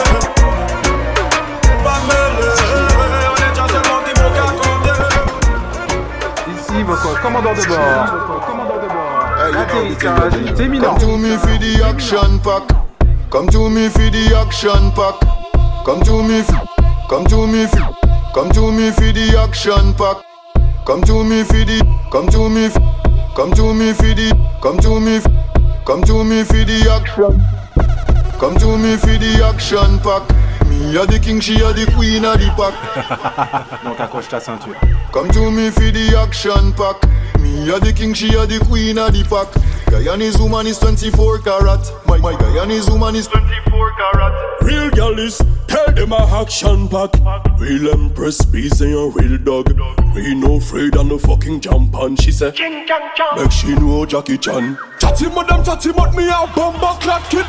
Pas mêler. On est déjà seulement qui m'ont qu'à compter. Ici, votre commandant de bord. L'atterrissage est imminent. Come to me for the action pack. Come to me for the action pack. Come to me for, come to me for, come to me for the action pack. Come to me for the, come to me for, come to me for the, come to me for, come to me for the action. Come to me for the action pack. Me a the king, she a the queen of the pack. Donc accroche ta ceinture. Come to me for the action pack. Me a the king, she a the queen of the pack. Guyanese woman is twenty-four karat. My, my Guyanese woman is twenty-four karat. Real gal is, tell them a action pack. Real empress, bees and a real dog. We no afraid of no fucking jump on, she say. Make she know Jackie Chan. Chatty madam, chatty mad me a bomba clap kid.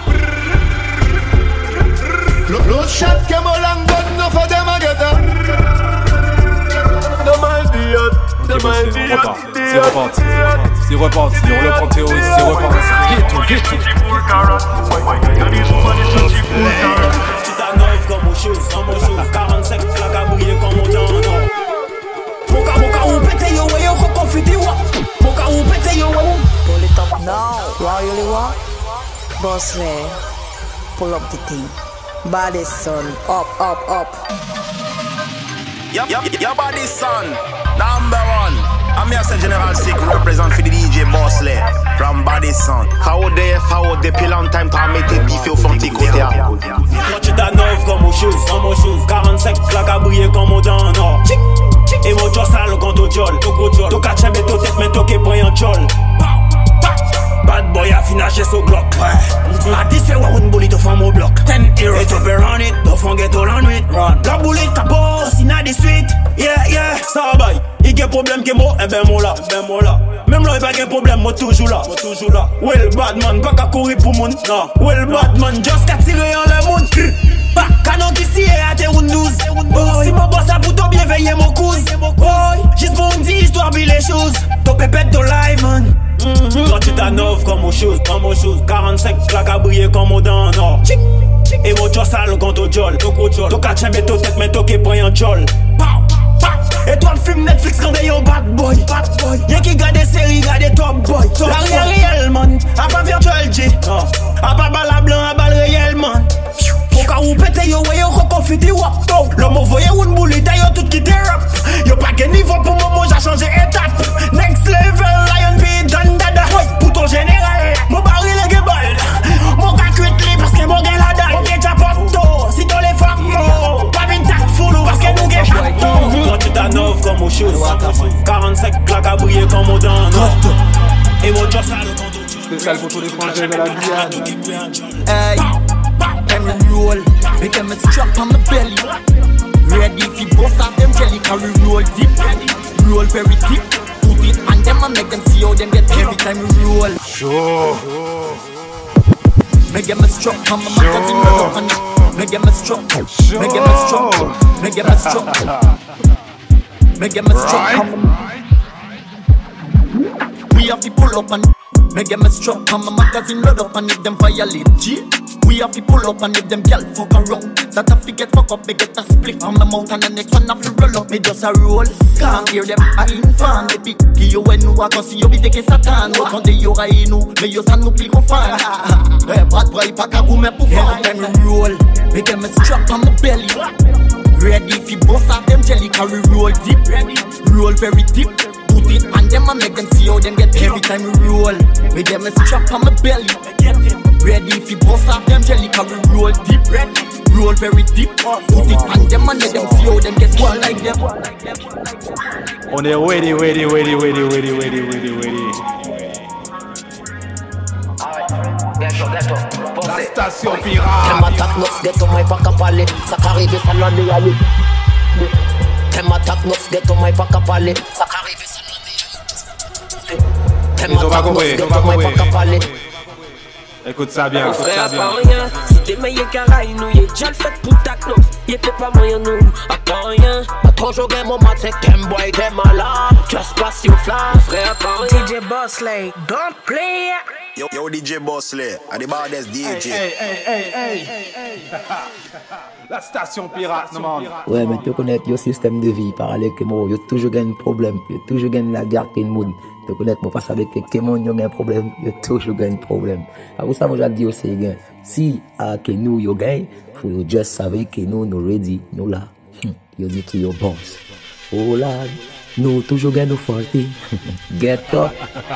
Load shot came along, but no for them a get up. Them idiot, them idiot. C'est reparti, c'est reparti, on le prend terroriste, c'est reparti. Get tout, get tout. Tu t'annoves comme aux choses, comme aux choses. quarante-cinq claques à briller comme au diamant. Mon cas, mon cas, on pète yo, ouais, on reconfite yo. Mon cas, on pète yo, ouais. Pull it up now. What you really want? Boss man, pull up the thing. Body son, up, up, up. Your, your, your body son, number one. I'm here say General Sick represent for the D J Bosley from Body Son. How they, how they pile on time pour mettre bif au fond de côté. Quand tu t'annoves comme aux choses, comme aux choses. quarante-cinq claques à briller comme au diamant. Et mon job sale quand au jol. Ton catch mais ton tête mais ton qui prend un jol. Bad boy a finagé so Glock. A dit c'est où une boulette au fond mon bloc. Ten heroes. Et tu peux run it, au fond ghetto la nuit. La boulette capot, si n'a des suites. Yeah, yeah, ça va. Il y a problème que moi, eh ben moi là, ben moi là. Même là, il n'y a pas de problème, moi toujours là, moi toujours là. Well, bad man, pas qu'à courir pour moun. Non, well, bad man, just qu'à tirer en le monde. Bah, canon qui s'y est à tes round douze. Si mon boss a plutôt bien veillé mon cousin. Juste pour une dire histoire, bien les choses. Ton pépette, ton live, man. Quand tu t'annoves comme aux choses, comme aux choses. quarante-cinq claques à briller comme au dents, non. Et mon job sale quand au jol. Ton catch mais ton tête, mais ton qui prend un jol. Et toi le film Netflix quand t'es un bad boy, bad boy. Y'a qui garde des séries, garde top boy. La réelle man, a pas virtual G. A pas balle blanc, a balle réelle man. Au cas où pété yo, ouais yo reconfite yo. L'homme envoyé une boulette, yo tout quitté rap. Yo pas que niveau pour moment, j'ai changé étape. Next level, Lion P, Don Dada. Pour ton général, mon baril est guébal. Mon gars cuit li parce que mon gars la dalle. Mon gars j'apporte, si t'en les fuck, pas une tac full parce que nous gars quand tu t'annoves comme aux choses. quarante-cinq claques à briller comme au dents. Et mon job sale quand au jol. Spécial pour tous les Français de la Guyane. Hey, can we roll? We can make strap on the belly. Ready if you bust out them jelly. Can we roll deep? Roll very deep. Put it on them and make them see how them get every time we roll. Sure. Make them a strap on my magazine. me get me struck, me get me struck, me get me struck, me get me struck. We have to pull up and me get me struck, and my magazine load up and if them violate G. We have to pull up and if them gal fuck around. That I forget fuck up, me get a split from my mouth and the next one have to roll up. Me just a roll, can't hear them. I inform the picky you when you walk on see you be taking satan. But on the you I know, me you san no pli ko fan. Eh, bad boy pack a go me pour fan. Every time we roll, me get me strap on my belly. Ready if you bust off them jelly, carry roll deep. Ready, roll very deep. Put it on them and make them see how them get. Every time we roll, me get me strap on my belly. Ready if you bust off them jelly, carry roll deep. Ready, roll very deep. Put it on them and make them see how them get. One like them. On est ready, ready, ready, ready, ready, ready, ready, ready. La station pirate. T'aimes attaque neuf ghetto, moi pas qu'à parler. Ça qu'arrive, ça l'en est allé. T'aimes attaque neuf ghetto, moi pas qu'à parler. Ça qu'arrive, ça l'en est allé. T'aimes attaque neuf ghetto, moi pas qu'à parler. Écoute ça bien, écoute ça bien. Si t'es meilleur qu'Araï, nous y'a déjà le fait pour ta knof. Y'a t'es pas moyen nous, attends rien. Pas trop jouer mon mat, c'est t'aimes boy, t'es malade. Just pass your fly, frère, pas rien. D J Bossley, don't play. Yo, yo, D J Bossley, à des baddest D J. Hey, hey, hey, hey, hey. La station pirate, non. Ouais, mais tu connais le système de vie, parallèle que moi, il y a toujours un problème, il y a toujours une guerre qui est le monde. Tu connais, moi, pas avec quelqu'un, il y a un problème, il y a toujours un problème. Alors, ça, moi, j'ai dit aussi, si, à que nous, il y a un gars, il faut juste savoir que nous, nous ready, nous là. Il dit qu'il y a un boss. Oh là, nous, toujours un nous forty. Get up.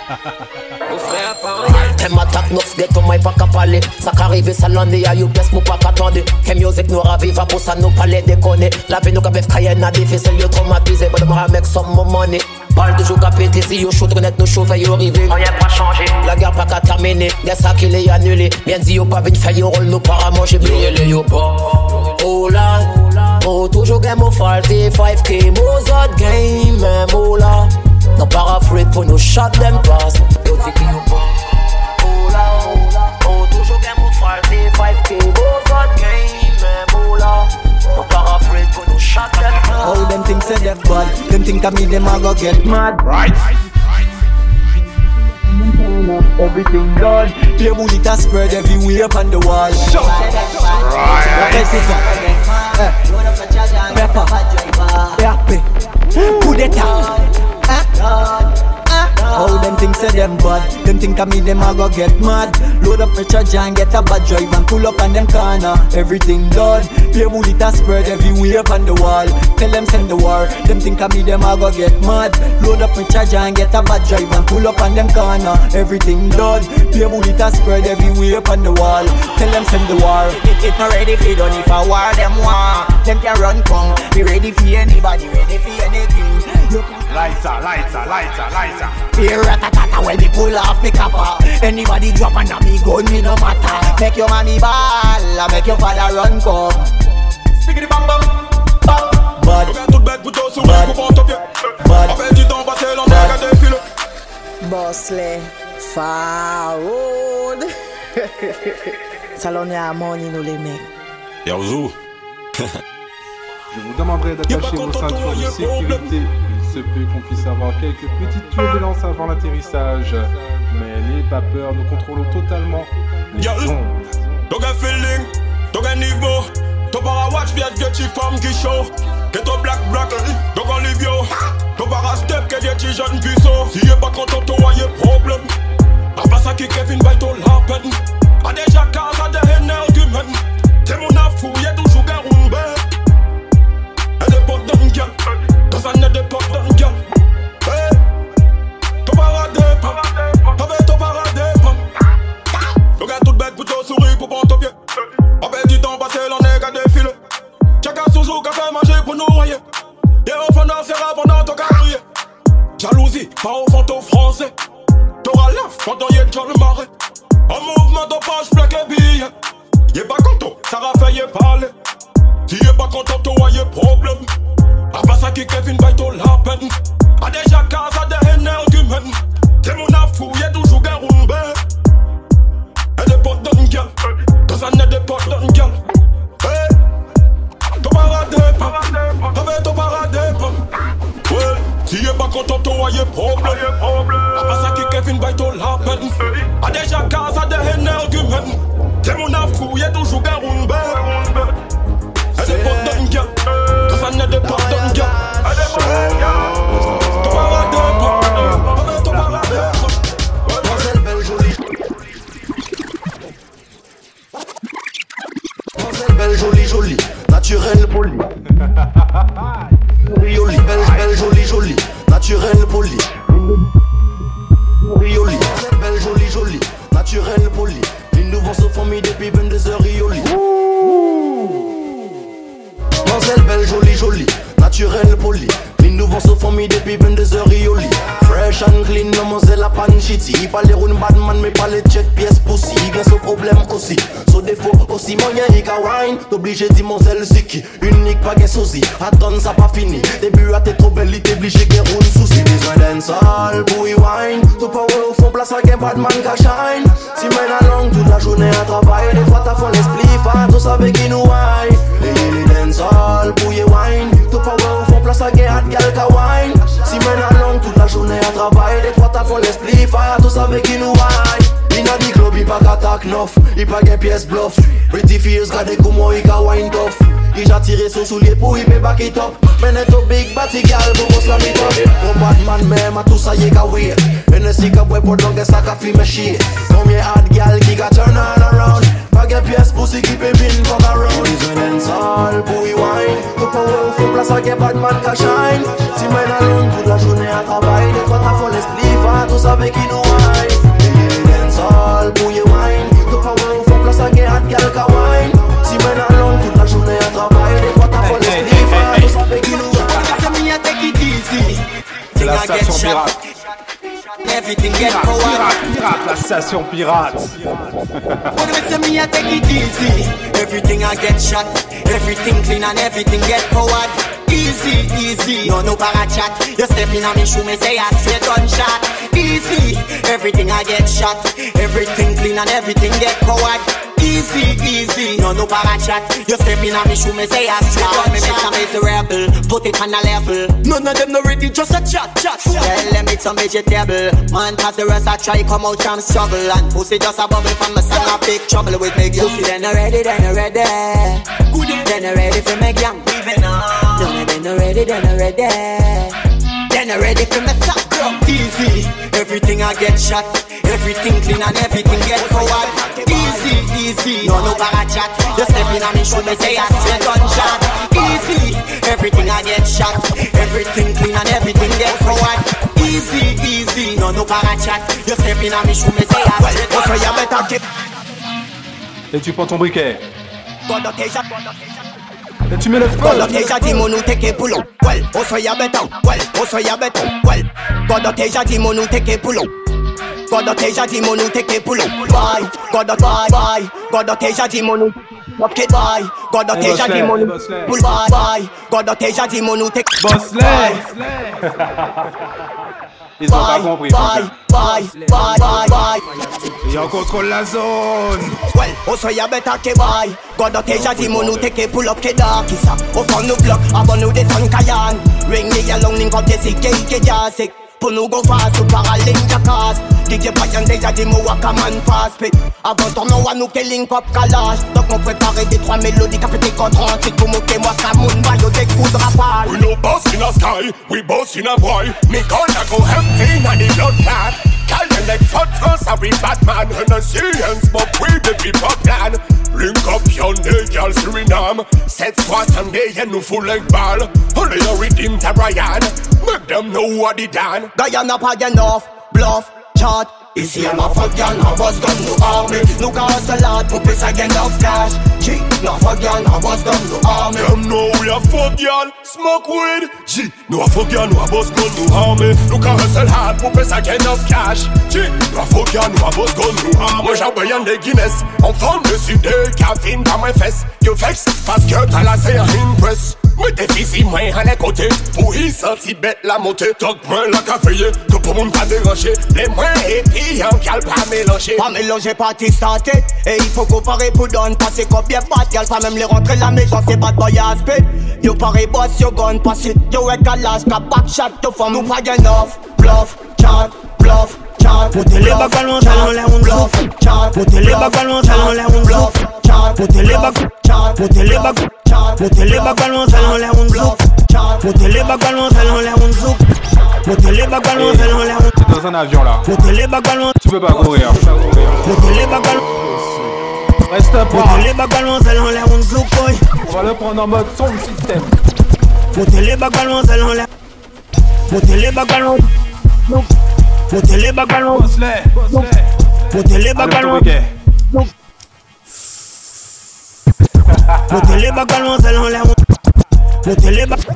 T'aimes attaque neuf ghetto, moi pas qu'à parler. Ça qu'arrive, ça l'en est à you, pièce, moi pas qu'attendre. Que musique nous ravive, pour ça nous parler déconner. La vie nous qu'a bête Cayenne a défait, lieu traumatisé. But moi avec some money. Parle toujours qu'à péter, si you shoot, connaître nos chauffeurs, you arrivé. On y a pas changé, la guerre pas qu'à terminer. Y'a ça qui l'est annulé. Bien dit, yo pas vite fait, yo roll nous para manger. Briller les yo pas. Oh là, oh toujours game au faulty. five K, Mozart game, même oh là. Non pas afraid pour nous shot them pass. Yo dit qui yo pas. Oh là, oh toujours game au faulty. five K, Mozart game, même oh là. Non pas afraid pour nous shot them pass. All them things say they're bad. Them think of me, them a go get mad. Right. Everything done. Play bullet a spread everywhere up on the wall. Right. Pepper, pepper, coup d'état. All them things say them bad. Them think of me, them a go get mad. Load up my charger and get a bad drive and pull up on them corner. Everything done. Play bullet a spread everywhere up on the wall. Tell them send the war. Them think of me, them a go get mad. Load up my charger and get a bad drive and pull up on them corner. Everything done. Play bullet a spread everywhere up on the wall. Tell them send the war. It, it not ready for done if I war them want. Them can run come. Be ready for anybody, ready for anything. Lighter, lighter, lighter, lighter. Fear ratatata when me pull off me kappa. Anybody drop under me gun, me no matter. Make your mommy ball, make your father run come. Stickity bam bam, bam. Bad, bad, bad. Bossley, Faroud. Salon à money nous les mecs. Yaouzou. Je vous demanderai d'attacher vos ceintures de sécurité. Il se peut qu'on puisse avoir quelques petites turbulences avant l'atterrissage. Mais n'ayez pas peur, nous contrôlons totalement les ondes. Don't get feeling, don't get niveau. Don't para watch bien get chi femme qui show. Get au black black, don't go live yo. Don't para step que des petits jeunes puissants. Si y'a pas content, toi y'a problème. Après ça qui Kevin va tout happen. A déjà cause a des énerguments. T'es mon affou, y'a toujours un rumbe. Elle est bonne d'un gars, dans un nez de porte d'un gars. Hey, ton paradis, avec ton paradis. Regarde toute bête pour te sourire pour prendre ton pied. Avec du temps passé, l'on est qu'à défiler. Chacun toujours qu'à faire manger pour nous noyer. Y'a au fond d'un serra pendant ton carrière. Jalousie, pas au fantôme français. T'auras l'œuf pendant y'a déjà le marais. En mouvement de poche, plaque les billets. Y'a pas content, ça raffaille et parler. Si y'a pas content, toi y'a problème. Après ça qui Kevin va tout la peine. A déjà cause a des énerguments. T'es mon affou, y'a toujours un rumbe. Elle est porte d'un gars, dans un nez de porte d'un gars. Hey, know y'a problème. Après ça qui Kevin Byte au la peine. A déjà case à des arguments. T'es mon afro, y'a toujours garoun ben. Elle est pas d'un gars. Quand ça n'est pas d'un gars. Elle est pas d'un gars. Ton paradis, ton paradis. Mademoiselle belle jolie. Mademoiselle belle jolie jolie. Naturelle poli. Rioli, belle, belle, jolie, jolie, naturelle, poli. Rioli, belle, jolie, jolie, naturelle, poli. Les nouveaux se font mis depuis vingt-deux heures, Rioli. Mademoiselle, belle, jolie, jolie, naturelle, poli. Les nouveaux se font mis depuis vingt-deux heures, Rioli. Fresh and clean, mademoiselle a pas de shitty. Pas les round bad man, mais pas les check pièces pussy. Il y a ce problème aussi, ce défaut aussi. Moyen il a wine, t'obligé de mademoiselle c'est qui. Unique pas guess aussi, attends ça pas fini. Début à t'es trop belle, t'es obligé de roule souci. Besoin d'un sale pour y wine. Tout pas au fond, place à game bad man qui shine. Si mène à longue toute la journée à travail. Des fois t'as fait l'esprit, fa tous avec qui nous wine. Et il est d'un sale pour y wine. Tout pas au fond, place à game hot gal qui wine. Si mène à longue toute la journée à travail. Des fois t'as fait l'esprit, fa tous avec qui nous wine. Inna di club, il pas qu'attaque neuf, il pas qu'un pièce bluff. Pretty fears, gade comment il ka wine tough. Il a tiré son soulier pour il peut back it up. Men est au big batty gal pour qu'on slam it up. Mon badman même a tout ça yé ka weird. En si ka boy pour donc ça ka filme shit. Combien hard gal qui ka turn on around. Pas qu'un pièce pour si qui peut bin fuck around. Besoin d'un sale pour y wine. Tout pas où faut place à qu'un badman ka shine. Si men a long toute la journée à travail. Des fois t'as fait l'esprit, fa tous avec qui nous wine. All pour y wine. Tout pas où faut place à guerre, gal ka wine. Si mène à long toute la journée à travail. Des fois t'as fait l'esprit, fa tout ça fait qui nous wine. La station pirate. Everything get pirate, forward. pirate, la station pirate. Me I take it easy. Everything I get shot. Everything clean and everything get forward. Easy, easy. No, no para chat. You step in on me shoe, me say I straight gunshot. Easy. Everything I get shot. Everything clean and everything get forward. Easy, easy. No, no para chat. You step in on me shoe, me say I straight gunshot. Me make some miserable. Put it on a level. None of them no ready, just a chat, chat. Tell them it's some vegetable. Man, cause the rest I try come out from struggle. And pussy just a bubble from my son. A big trouble with me pussy. Then I ready, then I ready. Good then I ready for me gang. Even on. Then I ready, then I ready. Then I ready for me suck. Easy. Everything I get shot. Everything clean and everything get forward. Easy, easy. No, no para chat. You step in on me show me say I straight gunshot. Easy. Everything I get shot. Everything clean and everything get forward. Easy, easy. No, no para chat. You step in on me show me say I straight gunshot. Et tu prends ton briquet. Et tu mets le feu. God teja dimonu teke pulo. Well, also ya better. Well, also ya better. Well, God teja dimonu teke pulo. God teja dimonu teke pulo. Bye. God bye bye. God teja dimonu. Okay bye. God teja dimonu. Pull bye bye. God teja dimonu teke. Bossley. Ils ont pas compris. Bye bye bye bye bye. Et on contrôle la zone. Well, also ya better ke bye. God teja dimonu teke pull up ke darkisa. Au fond nous bloc, avant nous descend Kayan. Ring me along link up desi ke ke jasik. Pour nous go fast ou paralink jakas. D J Payan déjà dit mo waka man pass pit. Avant ton nom à nous ke link up kalash. Donc on prépare des trois mélodies qu'a pété contre un titre pour moquer moi Kamoun Bayo des coups de rafale. We no boss in a sky, we boss in a boy. Me gonna go empty in the blood clot. Call them like front first every Batman. And a science but we the people plan. Link up yon day girl Suriname. Set fois Sunday and no full like ball. Only you redeem to Brian. Make them know what they done. Diana pas enough, bluff, chat. Ici I'm a fuck y'all, I was done to army. Look at us a lot, put this again of cash. G, no fuck y'all, I was done to army. Them know we a fuck y'all, smoke weed. G, no a fuck y'all, no a boss gun to army. Look at us a lot, put this again of cash. G, no a fuck y'all, no a boss gun to army. Moi j'envoie y'en des Guinness, en forme de sud, caféine dans mes fesses. You vex, parce que t'as la serre impress. Mais tes fils y moins à les côtés. Pour y sentir bête la montée. Toc moins la caféine, que pour moun pas déranger. Les moins épillants qu'y'a pas mélanger. Pas mélanger parti sa tête. Et il faut comparer pour donner. Passer combien battre girl, ça même les rentrer la maison, c'est bad boy aspect. Yo pari boss, yo gun pass it. Yo ek a lâche, ka back shot, yo femme nous pas enough. Bluff, chat, bluff, chat. Montez les bagalons, salon les rounds bluff, chat. Montez les bagalons, salon les rounds bluff, chat. Montez les bagalons, montez les bagalons, montez les bagalons, salon les rounds bluff, chat. Montez les bagalons, salon les rounds bluff. Montez les bagalons, salon les rounds. T'es dans un avion là. Montez les bagalons. Tu peux pas courir. Montez les bagalons. Reste pas. Montez les bagalons, salon les rounds bluff, boy. On va le prendre en mode son système. Montez les bagalons, salon les. Montez les bagalons. Montez les bagalons. Montez les bagalons. Montez les bagalons, salon les rounds. Montez les bagalons.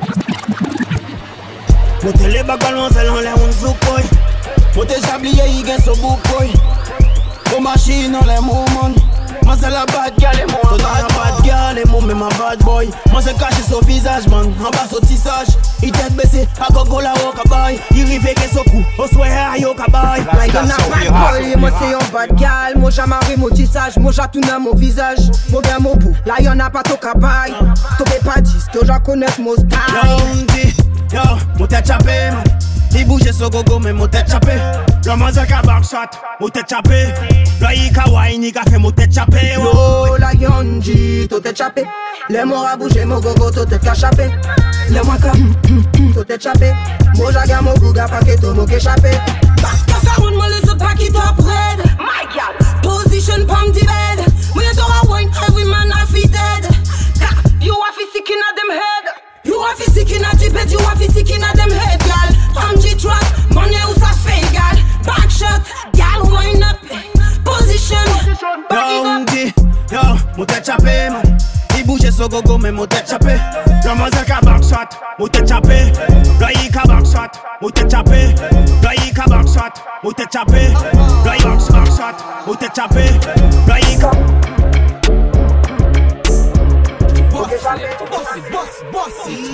Montez les bagalons, salon les rounds bluff, boy. Montez chablier, il gagne son book, boy. Aux machines, on les mouvements. Moi c'est la bad girl et moi. So dans la bad girl et moi, mais ma bad boy. Moi c'est caché son visage, man. En bas son tissage. Il tête baissée, à gogo la au cabaye. Il rive que son cou, au soir au cabaye. Like on a bad boy, moi c'est un bad girl. Moi j'amarre mon tissage, moi j'atourne mon visage. Moi bien mon bout, là y'en a pas ton cabaye. T'en fais pas dix, toi j'en connais mon style. Yo, yo, mon tête chapée, man. Il bouge son gogo, mais mon tête chapée. Le manza ka backshot, mon tête chapée. Là il ka wine, il ka fait mon tête chapée. Oh la yonji, ton tête chapée. Les morts à bouger, mon gogo, ton tête ka chapée. Les mois ka, ton tête chapée. Moi j'aga mon bouga, pas que ton mot ke chapée. Parce que ça roule, moi laisse pas qui t'apprête. My God, position palm the bed. When you don't wine, every man a fi dead. You a fi sick in a them head. You a fi sick in a the bed, you a fi sick in a them head, gal. Angie trap, money où ça fait, gal. Back shot, gal, wind up. Position, Yo, yo, mon tête chapée, man. Il bouge son gogo, mais mon tête chapée. Le manza ka backshot, mon tête chapée. Là il ka backshot, mon tête chapée. Là il ka backshot, mon tête chapée. Là il backshot, mon tête chapée. Là il ka. Bossy, bossy, bossy.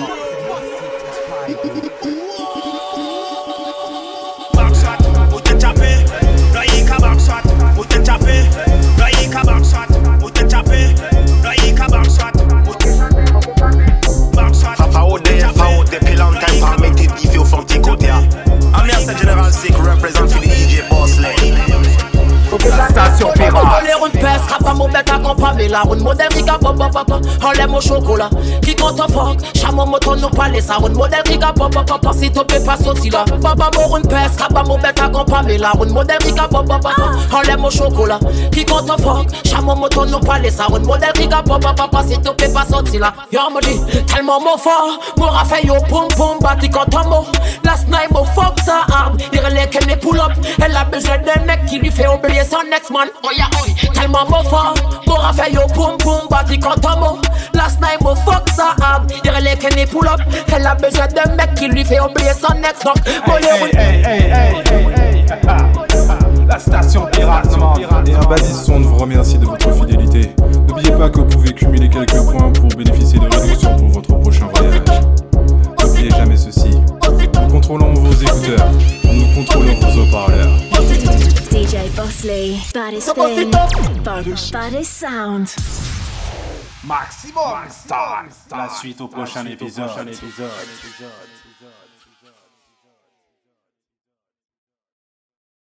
Backshot, mon tête chapée. Là il ka backshot, mon tête chapée. Là il ka backshot, mon tête chapée. Là il ka backshot, mon tête backshot. Fa out there, fa out there, puis long time par mettre tes diffs au fond de tes côtés. I'm here, c'est General Sick, represent for the D J Bosley. La station pirate. Les rounds pèse, rap à mon bête accompagné. La round modèle riga papa papa. Enlève mon chocolat. Qui compte en fuck. Chameau moton nous parler. Ça round modèle riga papa papa. Si tu peux pas sortir là. Papa mon round pèse, rap à mon bête accompagné. La round modèle riga papa papa. Enlève mon chocolat. Qui compte en fuck. Chameau moton nous parler. Ça round modèle riga papa papa. Si tu peux pas sortir là. Yo me dit tellement mon fort. Mon raffaire yo pom pom bati quand on mot. Last night mon fuck ça arme. Il relève qu'elle n'est pull up. Elle a besoin d'un mec qui lui fait oublier son next man. Oh yeah, oh, tellement mon fort. Mon raffaire yo pom pom bati quand on mot. Last night mon fuck ça arme. Il relève qu'elle n'est pull up. Elle a besoin d'un mec qui lui fait oublier son next man. Hey, hey, hey, hey, hey, hey. La station pirate. Et un Badisson vous remercie de votre fidélité. N'oubliez pas que vous pouvez cumuler quelques points pour bénéficier de réductions pour votre prochain voyage. N'oubliez jamais ceci. Nous contrôlons vos écouteurs. Nous contrôlons vos haut-parleurs. D J Bosley, baddest thing, baddest sound. Maximum Star. La suite au prochain épisode.